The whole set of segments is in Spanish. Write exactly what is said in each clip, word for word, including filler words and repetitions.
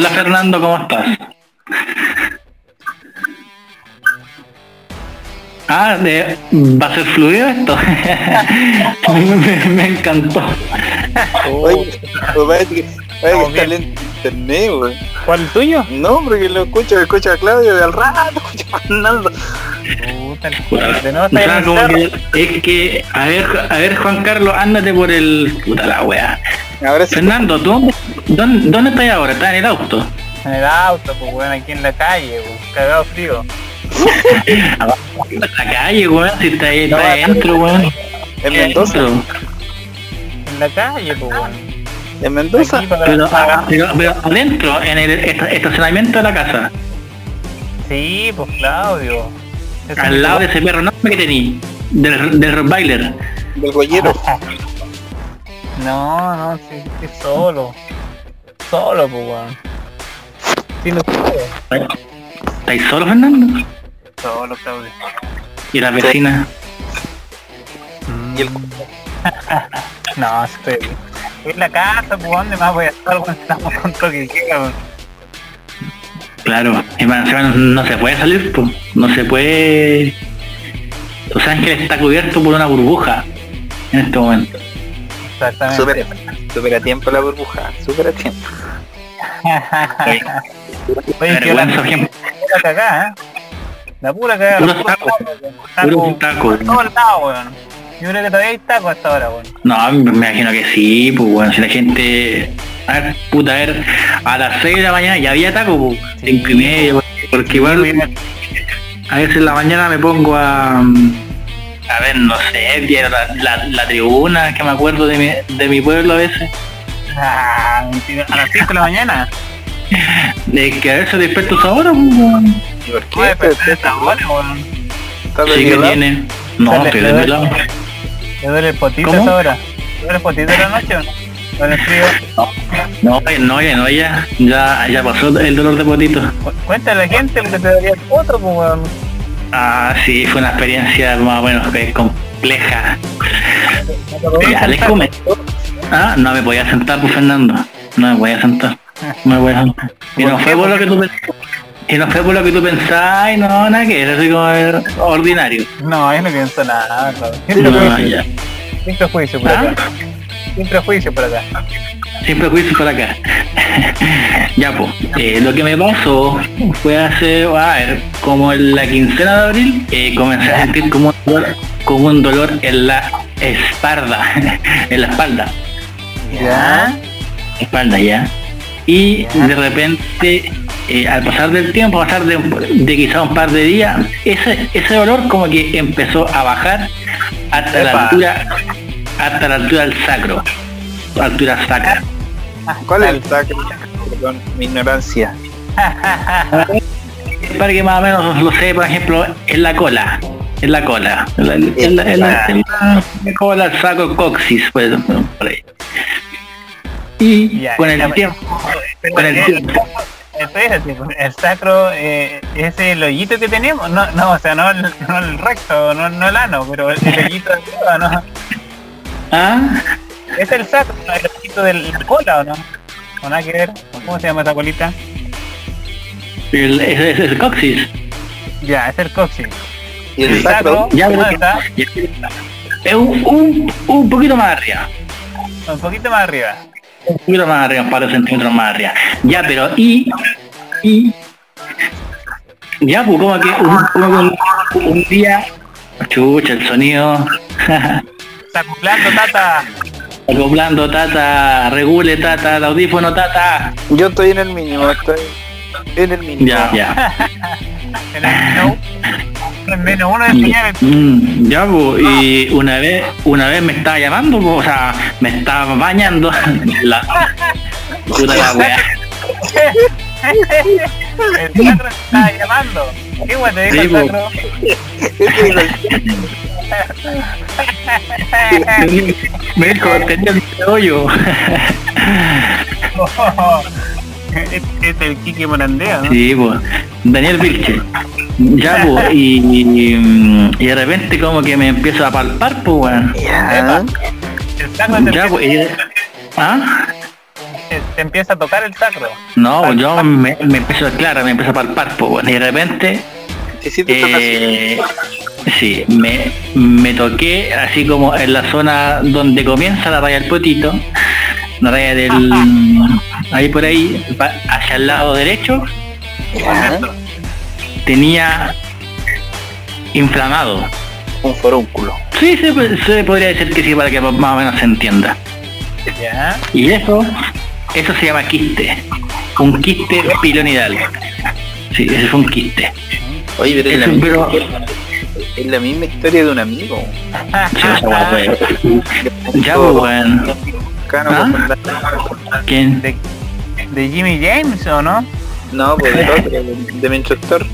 Hola Fernando, ¿cómo estás? Ah, de, ¿va a ser fluido esto? me, me encantó. Oye, oye, que, oye, que está lento internet, weón. ¿Cuál el tuyo? No, porque lo escucho, escucho a Claudio de al rato, escucho a Fernando. Puta, el Puta, culo, de nuevo o está en sea, el como cerro. que, es que, a ver, a ver Juan Carlos, ándate por el... Puta la wea. Ahora sí. Fernando, ¿tú, dónde, ¿dónde estás ahora? ¿Estás en el auto? En el auto, pues weón, aquí en la calle, weón, cagado frío. Abajo en la calle, weón, si está ahí, No, está acá- adentro, weón. En Mendoza, Adentro. En la calle, pues weón. en Mendoza. Aquí para, Pero, para- pero, pero adentro, en el esta- estacionamiento de la casa. Sí, pues Claudio. Ese es mi Al lado de lugar. ese perro enorme que tení. Del, del Rottweiler. Del Goyero. No, no, sí, sí, solo. Solo, pues weón. Sí, no puedo. ¿Estáis solo, Fernando? Solo, Claudio. ¿Y la vecina? Mm. Y el No, estoy en la casa, pues ¿dónde más voy a estar cuando estamos con toque queda, weón? Claro, y más encima no, no se puede salir, pues. No se puede... Los Ángeles está cubierto por una burbuja en este momento. Exactamente. Super, super a tiempo la burbuja, super a tiempo. Oye, que la Vergüenza, ejemplo. pura cagada, ¿eh? La pura cagada, Puros la pura tacos. cagada, Puros tacos. por todos lados, weón. Yo creo que todavía hay tacos hasta ahora, weón. No, me imagino que sí, pues bueno, si la gente... A ver, puta, a ver, a las seis de la mañana ya había taco, pues, cinco y media, porque igual a veces en la mañana me pongo a... A ver, no sé, viera la, la, la tribuna, que me acuerdo de mi, de mi pueblo a veces. Ah, mentira. A las cinco de la mañana. De que a veces despierto esa hora, pues, weón. ¿Y por Oye, qué? pero ¿Te- esta hora, weón. ¿Estás Sí que desvelado? tiene. No, Dale, estoy le doy. desvelado. ¿Te duele el potito ¿Cómo? esa hora? ¿Te duele el potito de la noche o no? Con el frío. No, no, ya no, ya, ya, ya pasó el dolor de potito. Cu- Cuéntale a la gente porque te daría el potro, pues, weón. Ah, sí, fue una experiencia más o menos eh, compleja. Ya, les comento. Ah, no me podía sentar, pues Fernando. No me podía sentar. No me podía sentar. Y no fue por lo que tú pensás. Y no fue por lo que tú pensás, y no, nada que es así como eh, ordinario. No, yo no pienso nada, claro. Sin No, prejuicio, ya. sin prejuicio por ¿Ah? acá. Sin prejuicio por acá. Sin prejuicio por acá. Ya pues, eh, lo que me pasó fue hace, a ver, como en la quincena de abril, eh, comencé a sentir como un dolor, como un dolor en la espalda, en la espalda, ¿Ya? espalda ya. Y Ya. de repente, eh, al pasar del tiempo, pasar de, un- de quizá un par de días, ese, ese dolor como que empezó a bajar hasta la Epa. altura, hasta la altura del sacro, altura sacra. ¿Cuál es el sacro? Perdón, mi ignorancia. Para que más o menos lo sé, por ejemplo, en la cola, en la cola, en la, en la, en la- en la- la cola, el saco coxis, pues, por ahí. Y Ya, con ya, el tiempo, Pero, con el eh, tiempo, espérate, pues, el sacro, eh, ese el hoyito que tenemos, no, no, o sea, no el, no el recto, no, no el ano, pero el, el hoyito de arriba, ¿no? ah, Es el sacro, ¿no? El hoyito de la cola, ¿o no? ¿O nada que ver? ¿Cómo se llama esa colita? el, ese ese es el coxis. Ya, es el coxis. ¿Y el El sacro? sacro, Ya, ¿dónde pero- está? Es un, un, un poquito más arriba, Un poquito más arriba. un poquito más arriba, un par de centímetros más arriba. Ya, pero y, y, ya, pues como que un, como que un, un día, chucha, el sonido, Está acoplando, tata. acoplando, tata, regule, tata, el audífono, tata. Yo estoy en el mínimo, estoy en el mínimo. Ya, ya. En el menos, en el menos uno de señales. Mm, ya, pues, y una vez, una vez me estaba llamando, pues, o sea, me estaba bañando. La puta la wea. El sacro está llamando. ¿Qué guay te dijo Sí, el po. sacro? Me dijo, tenía el hoyo. Este es el Kiki Morandea, ¿no? Sí, pues, Daniel Vilche. Ya, pues, y, y, y de repente como que me empiezo a palpar, pues, weón. Ya. El sacro es el Ya, que- pues, y- ¿ah? el te empieza a tocar el sacro. No, pues yo me, me empiezo, claro, me empiezo a palpar, pues, bueno, y de repente, ¿Y si te toca así? eh, sí, me, me toqué así como en la zona donde comienza la raya del potito, la raya del, ahí por ahí, pa- hacia el lado derecho, Ajá. tenía inflamado. Un forúnculo. Sí, se, se podría decir que sí, para que más o menos se entienda. Ya. Y eso, eso se llama quiste, un quiste pilonidal. Sí, ese fue un quiste. Oye, pero es la, Eso, misma, pero- es la misma historia de un amigo. Sí, esa hueá fue- Ya, pues, bueno. Cano, ¿Ah? con la- ¿Quién? De, de Jimmy James, ¿o no? No, pues el otro, de mi instructor.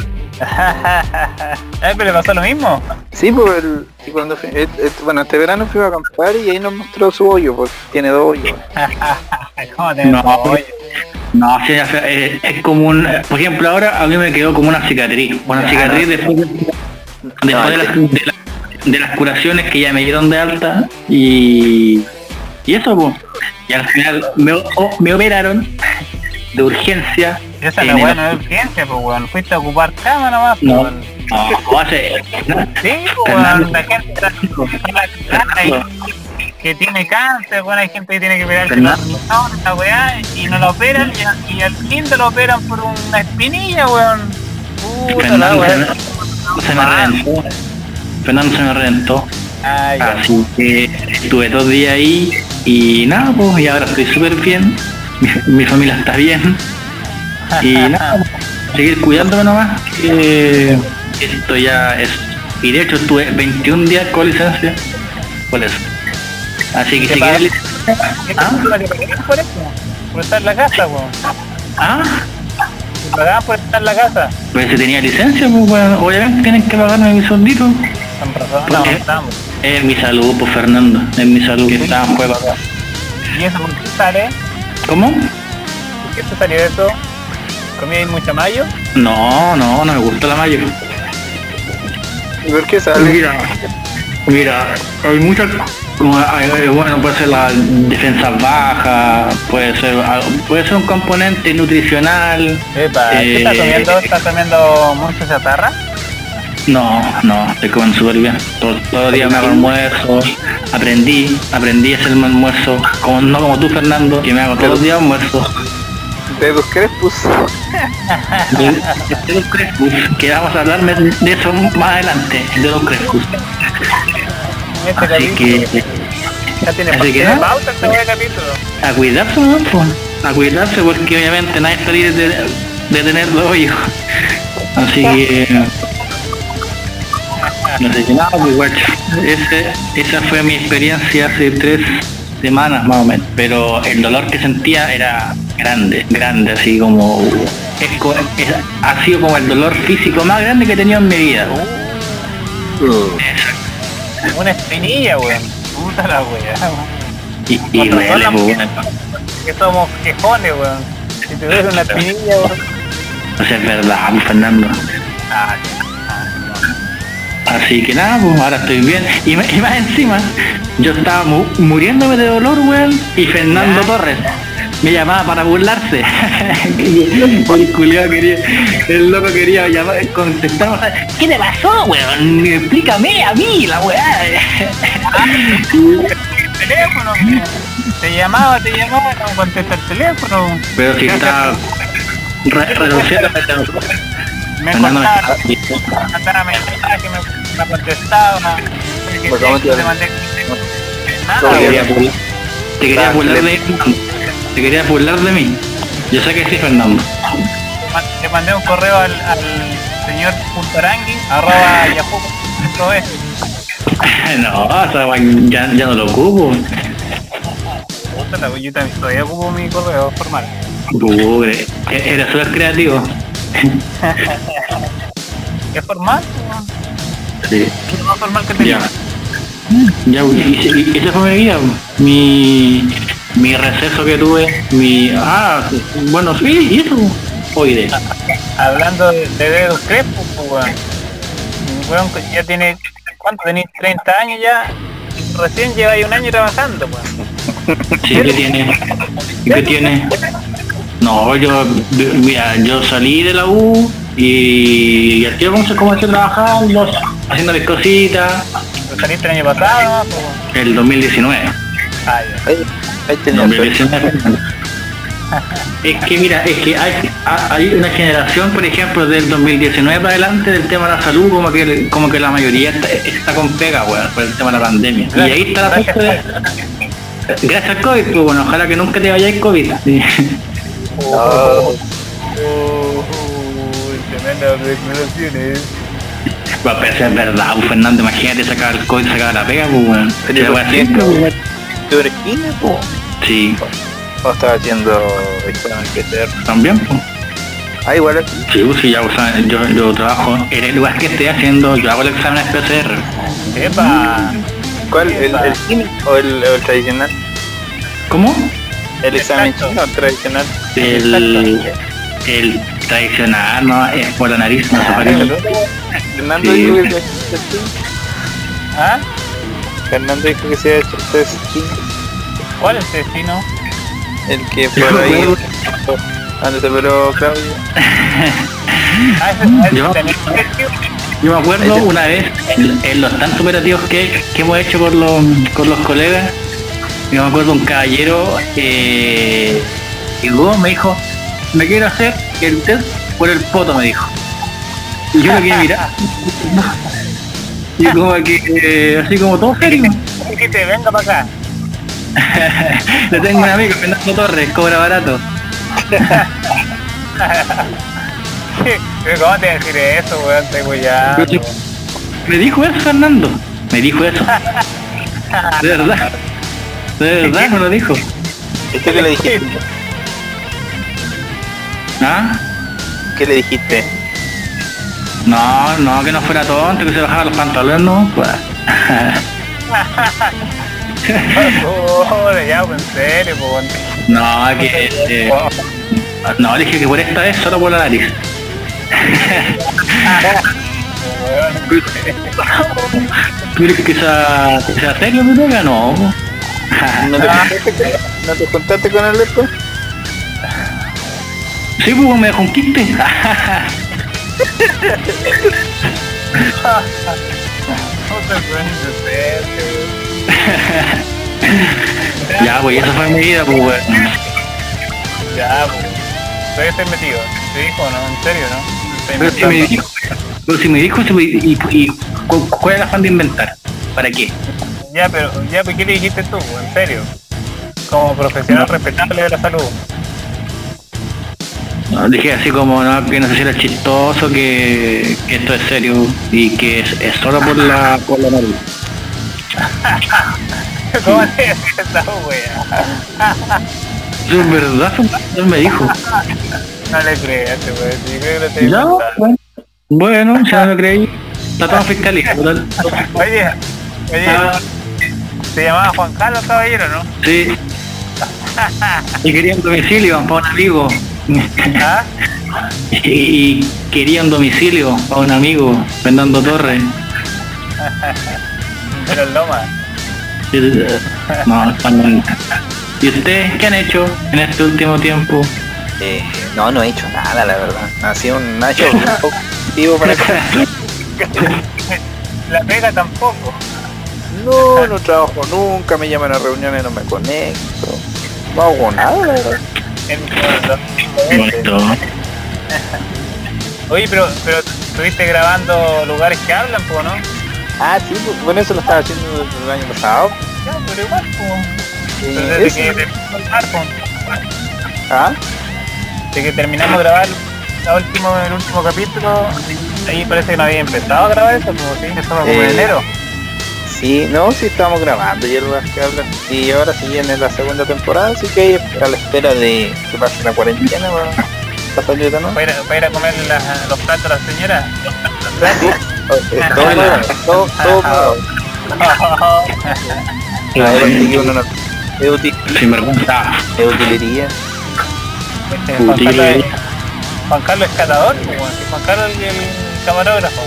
Eh, pero le pasó lo mismo. Sí, pues el, y cuando fui- et- et- bueno, este verano fui a acampar y ahí nos mostró su hoyo, pues tiene dos hoyos. ¿Cómo te No, Oye, No, sí, es, es- es como un... Por ejemplo, ahora a mí me quedó como una cicatriz. Una cicatriz después, de, después de, las, de, la- de las curaciones que ya me dieron de alta y... Y eso, pues. Y al final me, o- me operaron de urgencia. esa es en la el- buena de urgencia, pues weón. Fuiste a ocupar cama nomás, pues, No, weón. no, hace... Sí, pues Fernando. weón, la gente está- Fernando. que tiene cáncer, bueno, hay gente que tiene que operarse Fernando. la esa weá, y no lo operan, y, y al fin te lo operan por una espinilla, weón. Puta la Fernando weá. se, se me reventó. Fernando se me reventó. Ah, ya. Así que estuve dos días ahí y nada, pues, y ahora estoy súper bien. Mi, mi familia está bien. Y nada, seguir cuidándome nomás. Que esto ya es... Y de hecho estuve veintiún días con licencia. Por eso. Así que ¿Qué si pasa? quieres... ¿Qué ¿Ah? te pagaban por eso? Por estar en la casa, weón. Ah, Te pagaban por estar en la casa. pues si tenía licencia, pues bueno, obviamente tienen que pagarme mi sueldito. Con razón, ¿Por no, qué? estamos. Es mi salud, pues Fernando. Es mi salud que estaba en juego acá. ¿Y eso por qué sale? ¿Cómo? ¿Por qué te salió eso? ¿Comí mucha mayo? No, no, no me gusta la mayo. ¿Y por qué sale? Mira, mira, hay muchas, como hay- hay- bueno, puede ser la defensa baja, puede ser, algo- puede ser un componente nutricional. Epa, ¿qué estás Eh, comiendo? ¿Estás comiendo mucha chatarra? No, no, estoy comiendo súper bien. Todo, todos los días me hago almuerzo, aprendí, aprendí a hacer mi almuerzo, como, no como tú Fernando, que me hago todos los días almuerzo. De tus crespus. De, de los crespus, que vamos a hablar de eso más adelante, de los crespus. Este Así capítulo. que Ya tiene, así que tiene nada. pauta este buen capítulo. a cuidarse, ¿no? Pues, a cuidarse porque obviamente nadie está libre de, de tenerlo hoyo. Así que no sé qué nada, pues guacho. Ese, esa fue mi experiencia hace tres semanas más o menos. Pero el dolor que sentía era grande, grande, así como es, co- es- ha sido como el dolor físico más grande que he tenido en mi vida. Eso. Una espinilla, weón. Puta la weá, weón. Y, y Con razón duele, la- pues, bueno. Que somos quejones, weón. Si te duele una espinilla, weón. O sea, es verdad, pues, Fernando. Ah, Así que nada, pues ahora estoy bien. Y, me- y más encima, yo estaba mu- muriéndome de dolor, weón. Y Fernando Ya. Torres me llamaba para burlarse. el culiao quería, el loco quería llamar, contestar, o sea, ¿qué te pasó, weón? Explícame a mí la weá. el teléfono, weón. Te llamaba, te llamaba, no contesta el teléfono. Pero si está re- renunciando a esta- Me Fernando me cortaba, está- mandaba mensaje, me, me contestaba. Que Pues, ¿cómo te- te mandé te nada, quería weón. burlar, te quería burlar de te quería burlar de mí. Yo sé que sí, Fernando. Le mandé un correo al, al señor Puntarangui, arroba yahoo punto es. No, o sea, ya, ya no lo ocupo. Puta la, yo también todavía ocupo mi correo formal. Pobre, era súper creativo. ¿Qué formal? Sí. ¿Qué más formal que tenía? Ya, y, y- y esa fue mi vida, mi, mi receso que tuve, mi... Ah, bueno, sí, y eso, oye, Hablando de, de dedos crespos, pues weón. Un weón que ya tiene, ¿cuánto tenés? treinta años ya, y recién lleva ahí un año trabajando, weón. Sí, ¿qué tiene? ¿Qué tiene? No, yo, mira, yo salí de la U y el tío comencé, comencé a trabajar, los, haciendo mis cositas. ¿Saliste el año pasado? ¿O? El dos mil diecinueve. Ah, ya. Ahí, ahí tenía dos mil diecinueve. Es que mira, es que hay, hay una generación, por ejemplo, del dos mil diecinueve para adelante del tema de la salud, como que como que la mayoría está, está con pega, weón, por el tema de la pandemia. Y ahí está la parte de... Gracias al COVID, pues bueno, ojalá que nunca te vayáis COVID. Sí. Oh, oh, tremendas declaraciones. Bueno, pero eso es verdad, pues, Fernando, imagínate sacar el COVID, sacar la pega, pues bueno. Pero Se va a hacer, pues, weón. ¿Tu esquina, po? Sí, ¿O estaba haciendo examen P C R? también, pues. Ah, igual aquí. Sí, pues sí, ya, o sea, yo, yo trabajo en el lugar que esté haciendo, yo hago el examen P C R. ¡Epa! ¿Cuál? ¿El, el chino o el, o el tradicional? ¿Cómo? ¿El examen Exacto. chino o el tradicional? El, el tradicional, ¿no? Es por la nariz, no se parece. Fernando Sí. dijo que se había hecho el chino. ¿Ah? Fernando dijo que se había hecho el test chino. ¿Cuál es el destino? El que fue ahí. Donde se peló Claudio. Ah, ese- ese Yo- tenés un testigo. Yo me acuerdo una vez en, en los tantos operativos que, que hemos hecho con los, con los colegas, yo me acuerdo un caballero que llegó, me dijo, me quiero hacer el test por el poto, me dijo. Y yo lo quería mirar. Y como que, eh, así como todo serio. Dijiste, venga para acá. Le tengo un amigo, Fernando Torres, cobra barato. Pero ¿cómo te voy a decir eso, weón? Te ya. Me dijo eso, Fernando. Me dijo eso. De verdad. De verdad me lo dijo. ¿Esto qué le dijiste? ¿Ah? ¿Qué le dijiste? No, no, que no fuera tonto, que se bajara los pantalones, no. Pues. Oh, ya, pues, en serio, pues. No, que... eh, no, dije que por esta vez solo por la nariz. ¿Quieres que sea, que sea serio, mi pega? No. ¿No te contaste con, ¿no te contaste con él después? Sí, pues me dejó un quiste. No te pones de serio. Ya, pues esa fue mi vida, pues bueno. Ya, pues. Todavía estoy metido. ¿Te dijo o no? ¿En serio, no? Estoy Pero si me inventando. dijo, pero si me dijo eso, y, y, y ¿cu- ¿cuál es el afán de inventar? ¿Para qué? Ya, pero, ya, pues, ¿qué le dijiste tú? En serio. Como profesional respetable de la salud. No, dije así como, no, que no sé si era chistoso, que, que esto es serio y que es, es solo por la, por la nariz. ¿Cómo te decís esa wea? Eso es verdad, él me dijo. No le creas, te voy a decir, creo que lo estoy Ya, inventando. bueno, bueno, si no lo creí, está todo en fiscalía, total. Oye, oye, Ah, se llamaba Juan Carlos Caballero, ¿no? sí. Y quería un domicilio para un amigo. ¿Ah? Y, y quería un domicilio para un amigo, Fernando Torres. De los Lomas. No, también. ¿Y ustedes qué han hecho en este último tiempo? Eh, no, no he hecho nada, la verdad. Ha sido un Nacho un poco activo para acá. La pega tampoco. No, no trabajo nunca, me llaman a reuniones, no me conecto. No hago nada, la verdad. En- Bonito. Oye, pero, pero estuviste grabando lugares que hablan, pues, ¿no? Ah, sí, pues, bueno, eso lo estaba haciendo desde el año pasado. Ya, pero igual, pues. Y Desde eso- que terminamos de grabar, pues, ¿Ah? desde que terminamos de grabar el último, el último capítulo, ahí parece que no había empezado a grabar eso, pues sí, eso fue como en Eh, enero. Sí, no, sí estamos grabando ya lugares que hablan. Y ahora se viene la segunda temporada, así que ahí a la espera de que pase la cuarentena para, para salir de nuevo. ¿Para ir, a- para ir a comer las- los platos a las señoras? Eh, Todo nuevo, todo, todo nuevo. Aparte que uno no es util- Sin vergüenza. es utilería. Este, Juan, Carlos es, Juan Carlos es catador, pues, bueno, Juan Carlos es el camarógrafo.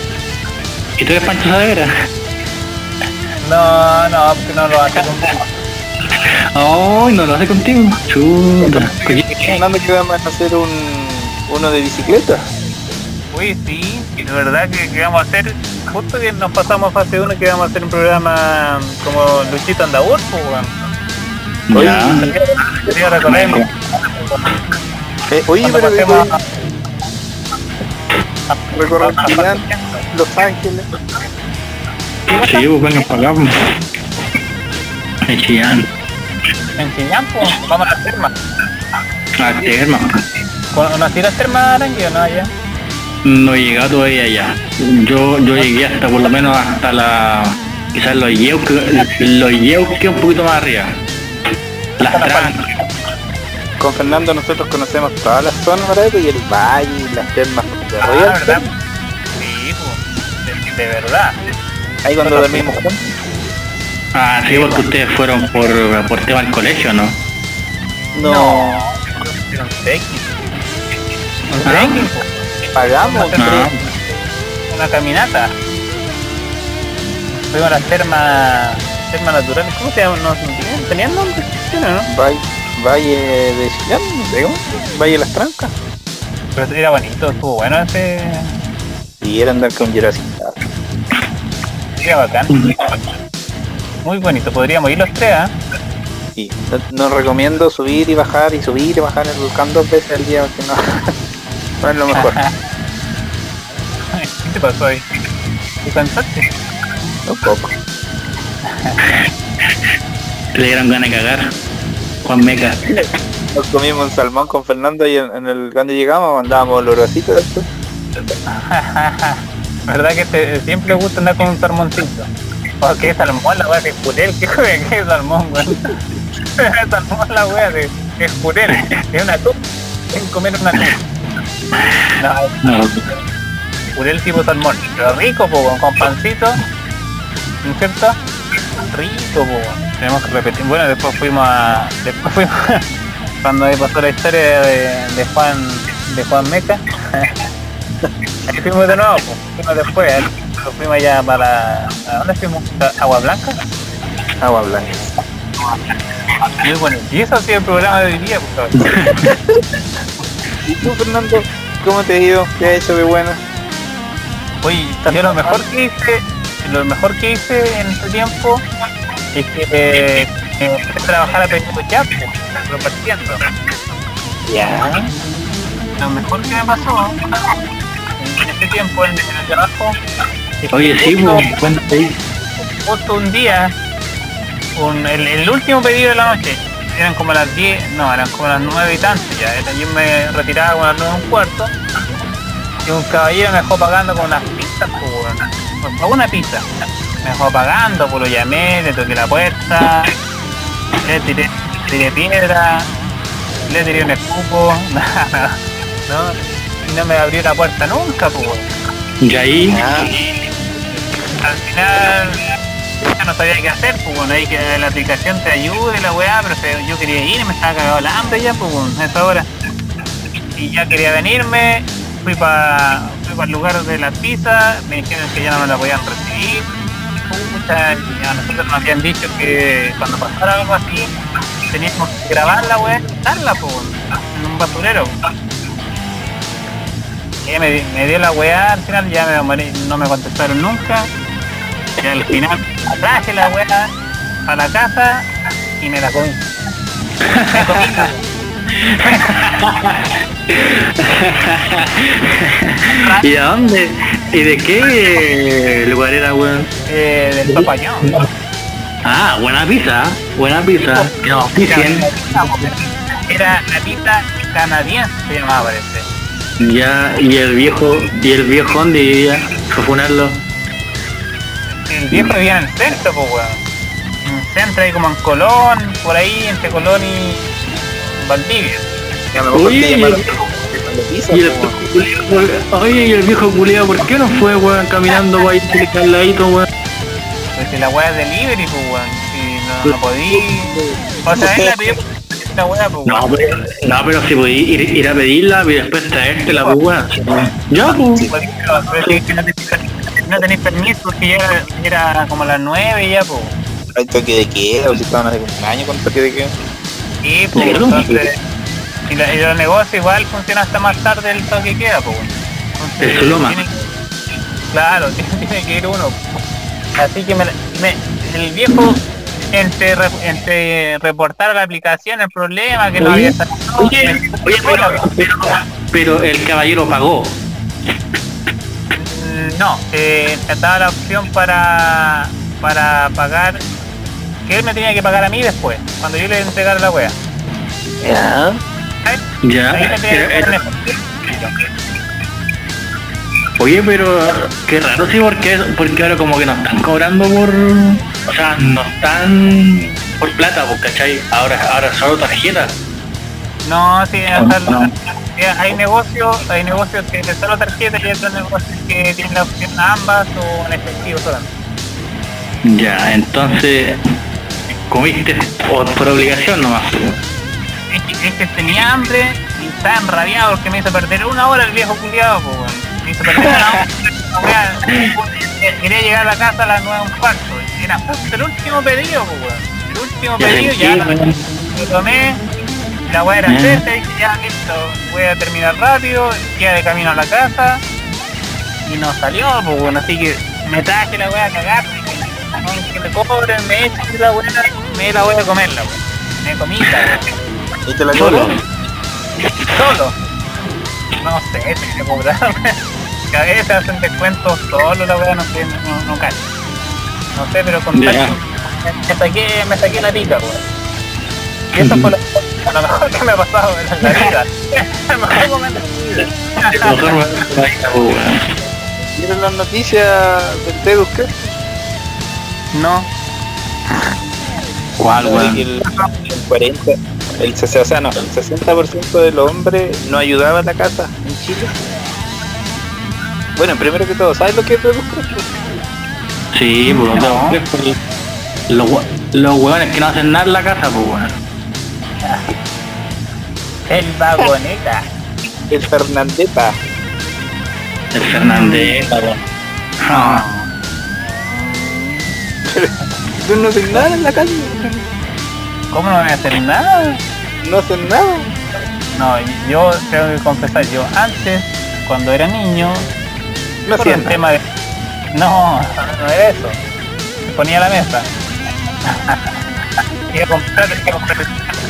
¿Y tú eres Pancho Saavedra? No, no, porque no lo hace con Ay, no lo hace contigo. Chuta. Fernando, que vamos a hacer un uno de bicicleta. Uy, sí, y de verdad que, que vamos a hacer, justo que nos pasamos fase uno, que vamos a hacer un programa como Luchito Andabur, pues, weón. Ya. Quería recorrer. Eh, oye, Cuando pero pasemos pero- recorrer Chillán, Los Ángeles. Sí, pues vengan para acá. Pues. En Chillán. en Chillán, pues, vamos a las termas. A Terma. ¿Conocí las termas, Aranqui, o no allá? No he llegado todavía allá. Yo, yo llegué hasta por lo menos hasta la. Quizás los Yeuques, los Yeuques un poquito más arriba. Las trancas. Con Fernando nosotros conocemos todas las zonas, ¿verdad? Y el valle, y las termas de Ah, Royal. ¿verdad? Sí, pues, de, de verdad. Ahí cuando dormimos juntos. Ah, sí, porque ustedes fueron por, por tema del colegio, ¿no? No, Era un trekking. Un Ah. trekking, pues, pagamos. Ah, una caminata. Fuimos a las termas, termas naturales, ¿cómo se llaman? No, ¿tenían- ¿Tenían nombre? ¿Sí, no? Valle, Valle de Chillán, no sé cómo. Valle de las Trancas. Pero era bonito, estuvo bueno ese... Y era andar con Jurassic Park. Era bacán. Muy bonito, podríamos ir los tres, ¿ah? Sí, no- nos recomiendo subir y bajar y subir y bajar el volcán dos veces al día porque no, no es lo mejor. ¿Qué te pasó ahí? ¿Te cansaste? Un poco. te dieron ganas de cagar. Juan Meca. Nos comimos un salmón con Fernando y en, en el cuando llegamos mandábamos olorosito después. ¿Verdad que te, siempre gusta andar con un salmoncito? Oh, ¿qué salmón? La wea de purel, ¿qué wea? ¿Qué salmón, weón? Salmón la wea de es purel, es una tupa, es comer una tupa. No, No, purel tipo salmón, pero rico, po, weón, con pancito, ¿no es cierto? Rico, po, weón. Tenemos que repetir. Bueno, después fuimos a... Después fuimos cuando ahí pasó la historia de, de Juan de Juan Meca. Ahí fuimos de nuevo, pues. Fuimos después, ¿eh? Pero fuimos allá para... ¿A dónde fuimos? ¿A Agua Blanca? Agua blanca. Muy bueno. Y eso ha sido el programa de hoy día, pues. ¿Y tú, Fernando? ¿Cómo te ha ido? ¿Qué has hecho de bueno? Oye, yo lo mejor que hice, lo mejor que hice en este tiempo es que eh, empecé a trabajar a pequeño ya, pues, repartiendo. Ya. Lo mejor que me pasó en este tiempo en el trabajo es que oye, sí, justo- pues, cuéntate ahí. justo un día, un, el, el último pedido de la noche, eran como las diez, no, eran como las nueve y tanto ya, era- yo me retiraba como a las nueve y un cuarto, y un caballero me dejó pagando con unas pizzas, pues, weón. Con una pizza, me dejó pagando, pues lo llamé, le toqué la puerta, le tiré, tiré piedra, le tiré un escupo, nada, no, y no me abrió la puerta nunca, pues, weón. Y ahí, Al final ya no sabía qué hacer, pues bueno, ahí que la aplicación te ayude la weá, pero se- yo quería ir, me estaba cagado la hambre ya, pues bueno, a esa hora. Y ya quería venirme, fui para fui para el lugar de la pizza, me dijeron que ya no me la podían recibir. Pucha, y a nosotros nos habían dicho que cuando pasara algo así, teníamos que grabar la weá y quitarla, pues bueno, en un basurero. Y me, di- me dio la weá, al final ya me morí, no me contestaron nunca. Y al final traje la weá a la casa y me la comí. Me comí la ¿y de dónde? ¿Y de qué lugar era, weón? eh, del papayón. Ah, buena pizza, buena pizza. Que nos auspicien. Era la pizza canadiense, se llamaba, parece. Ya, y el viejo, y el viejo donde vivía, fue a funarlo. El viejo vivía en el centro, pues weón. En el centro, ahí como en Colón, por ahí, entre Colón y Valdivia. Ya me voy Oye, a y llamar el- de pizza, Y el, po. oye, y el viejo culiado, ¿por qué no fue, weón, caminando, weón, al ladito, weón? Pues si la weá es delivery, pues weón. Si no, no podí. O sea, él la pidió la weá, pues No, weón. pero, no, pero si podí ir, ir a pedirla y después traértela, pues, weón. Ya, pues. Podí, pero pero si es que no tenéis no tenéis permiso porque ya era, era como las nueve ya, pues. hay toque de queda, o si estaban hace un año con toque de queda. Y pues, ¿De verdad? entonces, y, la- y los negocios igual funcionan hasta más tarde el toque queda, pues. Entonces, Eso es lo más. tiene que- claro, tiene, tiene que ir uno. Así que me, me- el viejo entre, re- entre reportar a la aplicación el problema que no Oye, había salido, Oye, me- oye, pero, pero, pero el caballero pagó. Mm, no, eh, estaba la opción para para pagar, que él me tenía que pagar a mí después, cuando yo le entregara la wea. Ya. Ya. Ahí me tenía que Era- pagar en era- efectivo. Oye, pero qué raro, sí, porque, porque ahora como que nos están cobrando por... O sea, no están por plata, pues, ¿cachai? Ahora, ahora solo tarjeta. No, sí, o sea, No. eh, hay negocios, hay negocios que de solo tarjeta y otros negocios que tienen la opción a ambas o en efectivo solamente. Ya, entonces... Comiste por, por obligación nomás. Es que, es que tenía hambre y estaba enrabiado porque me hizo perder una hora el viejo culiado, pues, weón. Me hizo perder una hora. O sea, quería llegar a la casa a las nueve un cuarto. Era justo el último pedido, pues, weón. El último Ya, pedido, sí, ya weón. lo tomé. La weá era Ya. cerca y dije, ya listo, voy a terminar rápido, queda de camino a la casa. Y no salió, pues, bueno, así que me traje la weá a cagar. Que me cobren, me echen la weá, me la voy a comer la weá. Me comí la weá. ¿Y te la Solo. cobró? Solo. No sé, si me cobraron. Que a veces hacen descuentos solo, la weá, no sé, no, no cacho. No sé, pero con tal Ya. que me saqué, me saqué la pica, weón. Y eso fue lo, lo mejor que me ha pasado en la vida. El mejor momento de mi vida. Mejor me- pues, weón. ¿Vieron las noticias del T E D U C? No. ¿Cuál, De weón? que el, el cuarenta, el, sesenta, o sea, no, el sesenta por ciento de los hombres no ayudaba en la casa en Chile. Bueno, primero que todo, ¿sabes lo que es T E D U C? Sí, pues No. los, pues, los, hue- los hueones que no hacen nada en la casa, pues weón. El vagoneta. El Fernandeta. El Fernández, weón. Ah, Tú no hacen nada en la casa. ¿Cómo no voy a hacer nada? No hacen nada. No, yo tengo que confesar, yo antes, cuando era niño, No por hacían un nada. tema de... No, no era eso. Se ponía a la mesa. Iba a comprar, iba a comprar.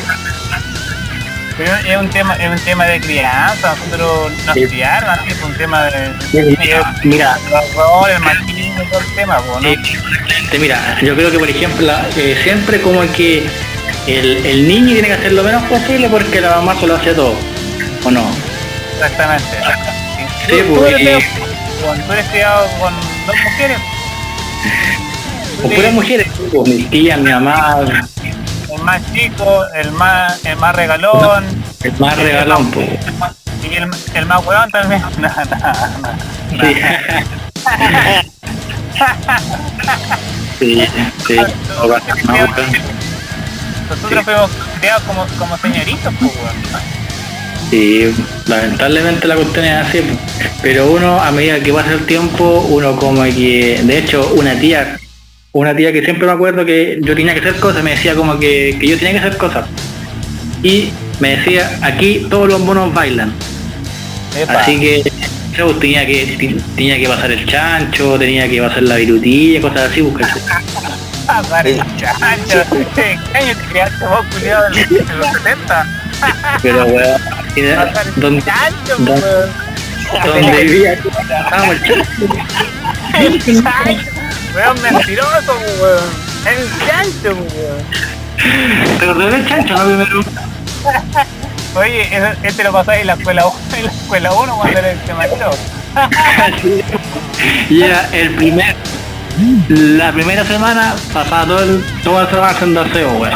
Pero es un tema, es un tema de crianza, nosotros nos Sí. criaron así, es un tema de... mira, mira, el error, el machismo, todo el tema, pues, ¿no? eh, exactamente, mira, yo creo que por ejemplo la- eh, siempre como que el, el niño tiene que hacer lo menos posible porque la mamá se lo hace todo, ¿o no? Exactamente. Sí, tú, tú pues, eres y- medio- con- tú eres criado con dos mujeres. Con Sí, puras mujeres, pues, mi tía, mi mamá, el más chico, el más, el más regalón, el más regalón, pues. y el, el más hueón también. No, no, no. Sí. Sí, sí, no pasa nada, weón. Nosotros fuimos criados como, como señoritos, pues, weón. Sí, lamentablemente la cuestión es así, pues. Pero uno a medida que pasa el tiempo, uno como que, de hecho, una tía, una tía que siempre me acuerdo que yo tenía que hacer cosas, me decía como que, que yo tenía que hacer cosas. Y me decía, aquí todos los monos bailan. Epa. Así que yo tenía que ti- tenía que pasar el chancho, tenía que pasar la virutilla, cosas así, pues, ¿cachai? Ah, vale, chancho. ¿Qué año te criaste vos, culiado, en los- en los setenta? Pero weón, y de- Pasar el donde, chancho, donde- weón. donde vivía, estábamos el chancho. El chancho. Weón, mentiroso, weón. El chancho, weón. Pero de el chancho, no primero. Oye, ese- este lo pasáis en la escuela uno, en la escuela uno cuando era el semanero. Y era el primer, la primera semana pasaba todo el, toda la semana haciendo aseo, weón.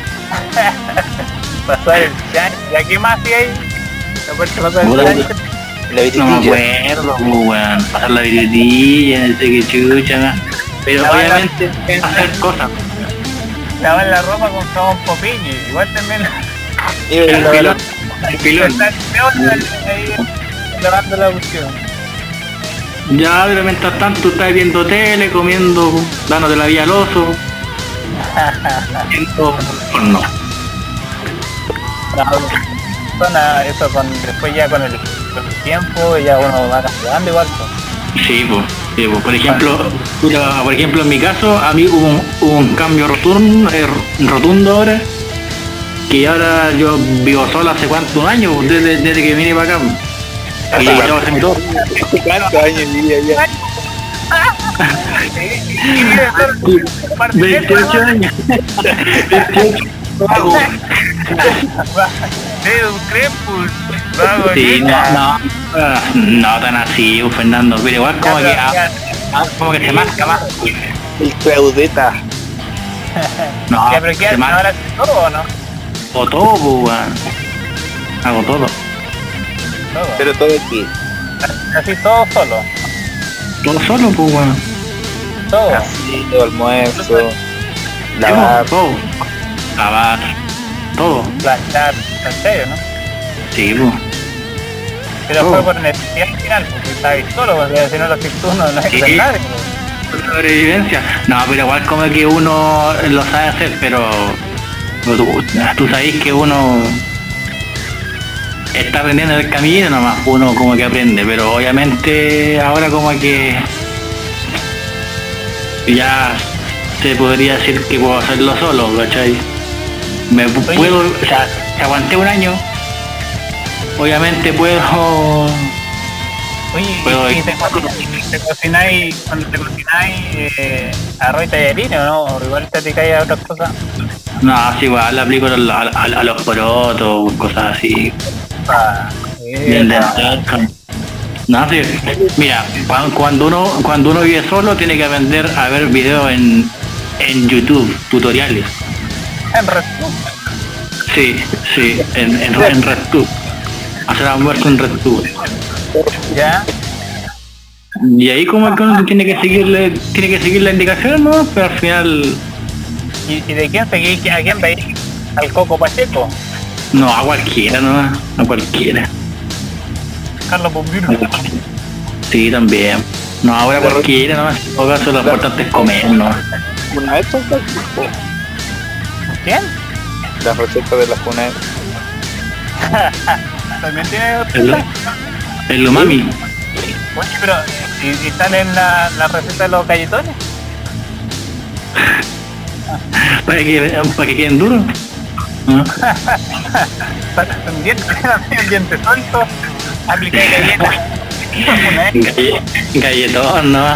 Pasar el chancho. ¿Y aquí más si hay? Aparte pasar el Puta, chancho. La No me vititilla. acuerdo, pues, weón. Pasar la virutilla, no sé qué chucha, ¿no? Pero La bala- obviamente hacer cosas. Lavar la ropa con jabón popiño. Igual también Y El la- pilón, el pilón. está peor ahí lavando la cuestión. Ya, pero mientras tanto estás viendo tele, comiendo, dándote la vida al oso. Siento porno. No, suena eso con, después ya con el, con el tiempo ya uno va cambiando igual. Pues. Sí, pues, sí, pues. Por ejemplo, mira, por ejemplo en mi caso, a mí hubo un, hubo un cambio rotundo, eh, rotundo ahora, que ahora yo vivo solo hace cuántos años, desde, desde que vine para acá. Y yo hace todo. ¿Cuántos años vivía allá? veintiocho años. veintiocho. Vago. Sí, no, no, no tan así, Fernando, pero igual como que, ah, como que se marca más. El Claudeta. No, ya, pero ¿qué se hacen marca. ahora todo o no? O todo, pues, weón. Hago todo. Todo. Pero todo aquí. Así todo solo. Todo solo, pues, weón. Todo. Así, todo almuerzo. Sí, Lavar. todo. Lavar. Todo. Planchar, en serio, ¿no? Sí, pues. Pero Todo. fue por necesidad al final, porque estabas solo, porque si no lo haces tú no, no hay que Sí. hacer nada. Sobrevivencia. No, pero igual como que uno lo sabe hacer, pero pero tú, tú sabés que uno está aprendiendo el camino nomás, uno como que aprende, pero obviamente ahora como que ya se podría decir que puedo hacerlo solo, ¿cachai? Me pu- Oye. puedo, o sea, si aguanté un año, obviamente puedo. Oye, Puedo ¿y ir. te, te cocináis, cuando te cocináis eh, arroz y tallarines o no? ¿O igual te dedicáis a otras cosas? No, sí, igual le aplico a, a- a- a los porotos, cosas así. Pa, Bien de naranja. No, sí. Mira, cuan- cuando uno cuando uno vive solo tiene que aprender a ver videos en, en YouTube, tutoriales. en resumen. Sí, sí, en, en, en RedTube. Hacer almuerzo en RedTube. ¿Ya? Y ahí como que uno tiene que seguirle, tiene que seguir la indicación, ¿no? Pero al final, ¿Y, y de quién seguís? ¿A quién veis? ¿Al Coco Pacheco? no, a cualquiera, ¿no? A cualquiera. ¿Carlos Bombino? Sí, también. No, ahora cualquiera, ¿no? En todo caso lo importante es comer, ¿no? Una vez fue ¿Quién? la receta de la Funai. También tiene... El, el umami. Oye, pero ¿y, y salen la, la receta de los galletones? Para que, para que queden duros. ¿No? Un diente, un diente suelto, apliqué galletas. Galle- Galletón, ¿no?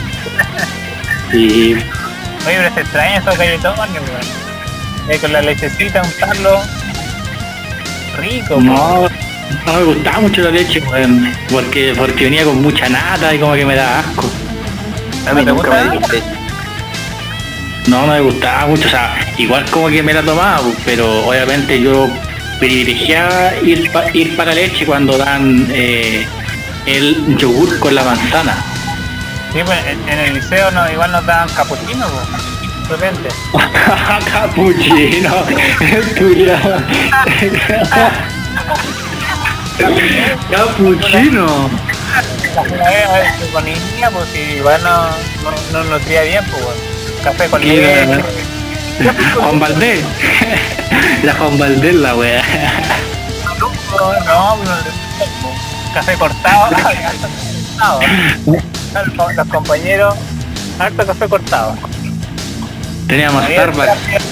Sí. Oye, pero se extraña esos galletones, weón. Eh, con la lechecita, untarlo. Rico, po. No, no me gustaba mucho la leche, weón, porque, porque venía con mucha nata y como que me da asco. A mí ¿No te nunca gusta? me diste. No, no me gustaba mucho, o sea, igual como que me la tomaba, pues, pero obviamente yo privilegiaba ir, pa- ir para la leche cuando dan eh, el yogur con la manzana. Sí, pues en, en el liceo no, igual nos daban capuchino, po, de repente. Capuchino, culiao. Capuchino. Una vez, a ver, que con niña, pues si igual no, no, no nutría bien, pues weón. Café con ¿Qué leche. era? Juan Valdés. La Juan Valdés la wea. No, no, café cortado. cortado. Los- Los compañeros, harto café cortado. Teníamos Había Starbucks.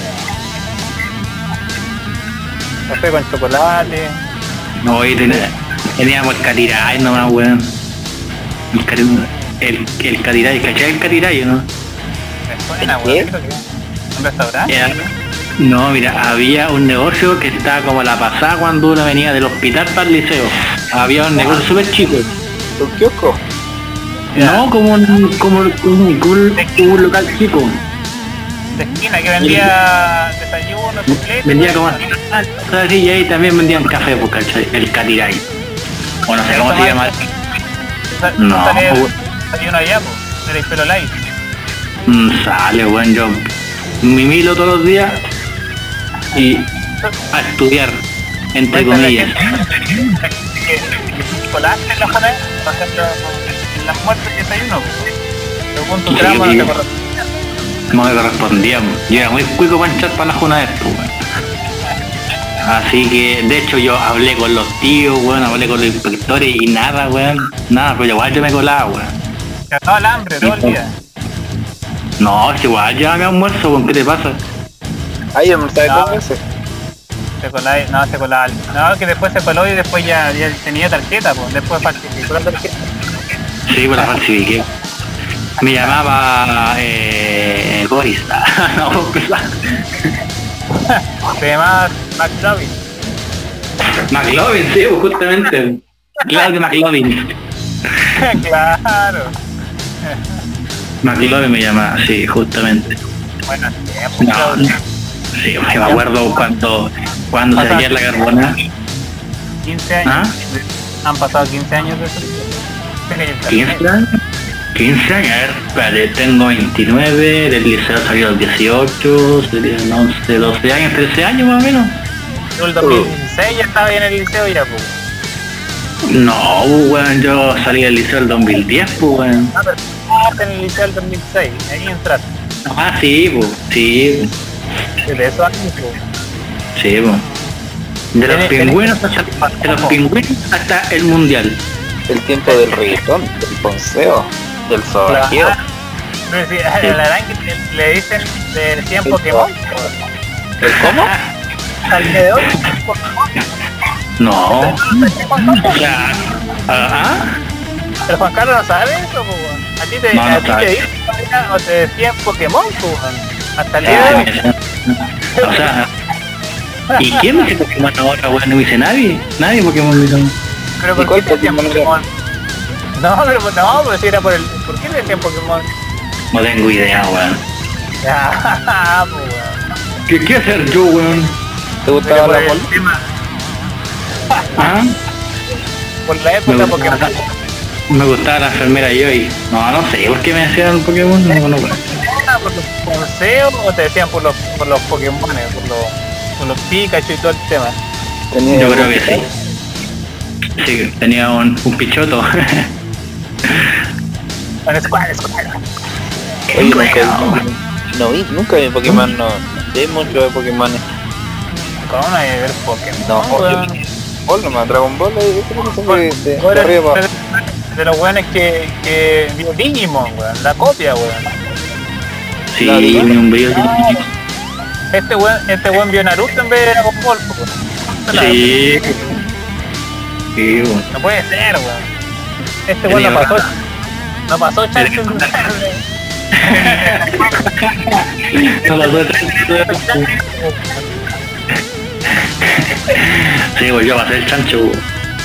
Café con chocolate. No, y ten- teníamos el Catiray nomás, weón. El, cari- el, el Catiray, ¿cachai el Catiray o no? Me suena, ¿Qué? weón. ¿Un restaurante? Era- no, mira, había un negocio que estaba como la pasada cuando uno venía del hospital para el liceo. Había un negocio súper chico. ¿Un kiosco? Ya. No, como un, como un, un- un- un local chico. De esquina que vendía desayuno, completo. Vendía como cosas así y ahí también vendían café, pues, ¿cachai? El Catiray. O no sé cómo se llama. No, weón. Desayuno allá, pues. Era el pelo light. Mm, sale, weón, yo me milo todos los días y a estudiar, entre comillas. Chocolate en la jornada, por ejemplo, en las muertes de desayuno, pues. Según tu Sí. trama, no te corresponde. no me correspondía. Yo era muy cuico para echar para la juna de esto, weón. Así que, de hecho, yo hablé con los tíos, weón, hablé con los inspectores y nada, weón. Nada, pero igual yo me colaba, weón. Te acaba el hambre todo el día. No, es igual, ya me almuerzo, weón, ¿qué te pasa? Ahí almorzaba No. con ese. Se colaba, no, se colaba. No, que después se coló y después ya, ya tenía tarjeta, pues. Después falsificó la tarjeta. Sí, pues la falsifiqué. Me llamaba eh, Boris. No, pues, Se llamaba McLovin. McLovin, sí, pues, justamente. Claudio McLovin. Claro. McLovin me llamaba, sí, justamente. Bueno, tiempo, No, Claudio. sí, me acuerdo cuando, cuando se hacía la carbona. quince años. ¿Ah? Han pasado quince años de eso. ¿quince años? quince años, a ver, espérate, tengo veintinueve, del liceo salí a los dieciocho, serían once, doce años, trece años más o menos. Yo el dos mil dieciséis ya estaba en el liceo ya, pues. No, weón, yo salí del liceo el dos mil diez, pues, weón. Ah, pero estaba en el liceo del dos mil seis, ahí entraste. Ah, sí, pues, sí, Desde esos años, pues. sí, pues. De los Tiene- pingüinos hasta, de los pingüinos hasta el mundial. El tiempo del reggaetón, del ponceo, del sobajeo. Pero si a la aranque le, le dicen, le decían Pokémon, ¿El cómo? hasta el día de hoy, Pokémon. No, o sea, ah, Pero Juan Carlos no sabe eso, pues, weón. A ti te, No, no a ti sabe. te dicen o te decían Pokémon, pues, weón. Hasta el día de ah, hoy. o sea, ¿y quién me dice Pokémon ahora, weón? No me dice nadie, nadie Pokémon me dice. Pero ¿Y ¿por cuál qué te decían Pokémon era? Pokémon? No, pero no, pero si era por el... ¿Por qué le decían Pokémon? No tengo idea, weón. Ah, pues, weón. ¿Qué quiero hacer yo, weón? ¿Te Pero gustaba por la el bola? tema, ¿Ah? por la Me época Pokémon. gustaba, me gustaba la enfermera Joy. No, no sé, ¿por qué me decían Pokémon? No, no, weón. ¿Por los ponceos o te decían por los, por los Pokémon, por los, por los Pikachu y todo el tema? Tenía Yo creo algún que sí. Pokémon. Sí, tenía un, un pichoto. Bueno, Squad, Squad. Oye, nunca, no vi, nunca vi Pokémon, no, no sé mucho de Pokémon. ¿Cómo no hay que ver Pokémon? No, weón? oye, Ball nomás, Dragon Ball, eh, eso es lo que de, de, de Bueno, arriba para de, de los weones que, que vio Digimon, weón, la copia, weón. Sí, un brillo. Este weón, este weón vio Naruto en vez de Dragon Ball, weón. Sí. Sí, weón. No puede ser, weón. Este weón no Tenía pasó, razón. no pasó chance en No pasó de Sí, pues yo pasé el chancho, weón.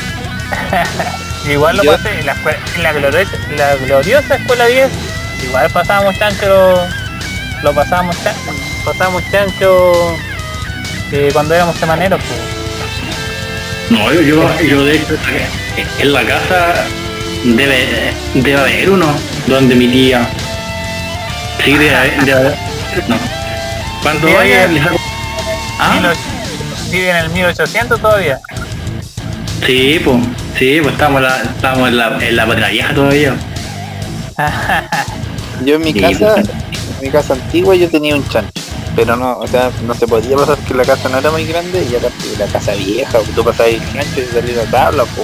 Igual lo Yo- pasé en la, escuela- en la, gloriosa, la gloriosa escuela diez, igual pasábamos chancho, lo, lo pasábamos chancho, pasábamos chancho eh, cuando éramos semaneros, pues. No, yo, yo, yo de hecho en la casa debe, debe haber uno donde mi tía. Sí, debe haber, debe haber. No. Cuando Sí, vaya oye. les hago- ¿Ah? Mil och- Vive en el mil ochocientos todavía. Sí, pues, sí, pues estamos, en la, estamos en la, en la patria vieja todavía. Yo en mi Sí, casa, pues. en mi casa antigua yo tenía un chancho, pero no, o sea, no se podía pasar que la casa no era muy grande y aparte de la casa vieja, tú pasabas el chancho y salía la tabla, pues.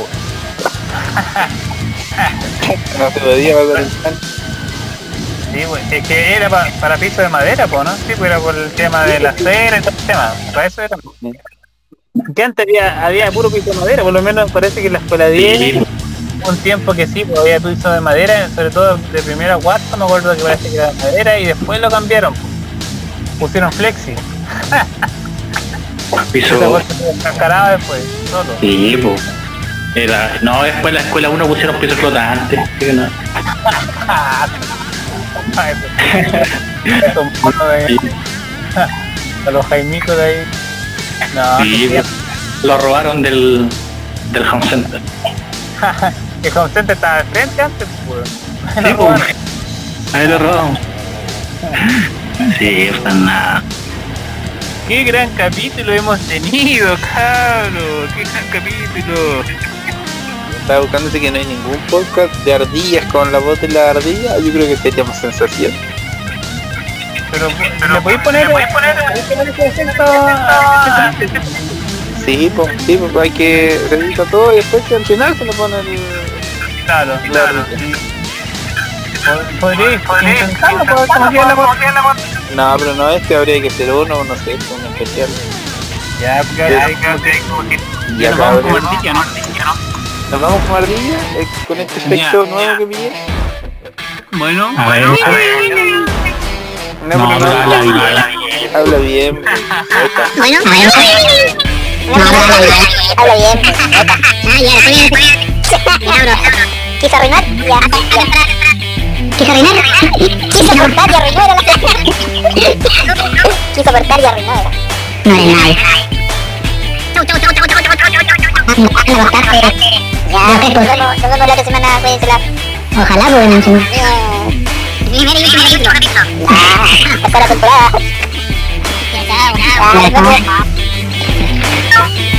No se podía pasar el chancho. Sí, pues, es que era pa- para piso de madera, pues, ¿no? Sí, pues era por el tema de la acera y todo el tema. Para eso era. Que antes había, había puro piso de madera, por lo menos parece que en la escuela diez, Sí, un tiempo que sí, pues había piso de madera, sobre todo de primero a cuarto, me acuerdo que parece que era de madera y después lo cambiaron. Pues. Pusieron flexi. Esa piso. cosa se descascaraba después, solo. Sí, pues. Era, no, después en la escuela uno pusieron pisos flotantes. Así que no. Ah, eso- esos monos de ahí. A los jaimitos de ahí. No, Sí, que lo robaron del, del home center. el home center estaba al frente antes, pues. Sí, No, pues. bueno. Ahí lo robaron. Sí, pues nada. Qué gran capítulo hemos tenido, cabros. Qué gran capítulo. Estaba buscando que no hay ningún podcast de ardillas con la voz de la ardilla, yo creo que sería más sensación. Pero, pero ¿le podéis poner, ¿podéis poner, ¿podéis poner ese efecto a- Sí, pues, sí, pues hay que revisar todo y después que al final se le pone el... Claro, Claro. Podríais intentarlo para ver cómo queda la cosa. No, pero no, este habría que ser uno, no sé, uno especial. Ya, porque hay que... Ya, nos vamos cabrón. como ardilla, ¿no? Nos vamos con ardilla, eh, con este efecto Ya, nuevo ya. que pillé. Bueno, A ver, No, no, pero no, pero habla bien. habla bien. Neta. Bueno, a ver. No, pero habla bien. Habla bien. Ah, ya, después ya, bro. ¿Quiso arruinar? Ya. ¿Quiso arruinar? Quiso cortar y arruinó era la... Quiso cortar y arruinó era. No eres nadie. Chau, chau, chau, chau, chau, chau, chau, chau, chau. No, no cortaste. Ya, nos vemos, nos vemos la otra semana, cuídensela. Ojalá, porque no se me... Mira, mira, mira, mira, mira. Ya, hasta la temporada. Ya, chao, chao.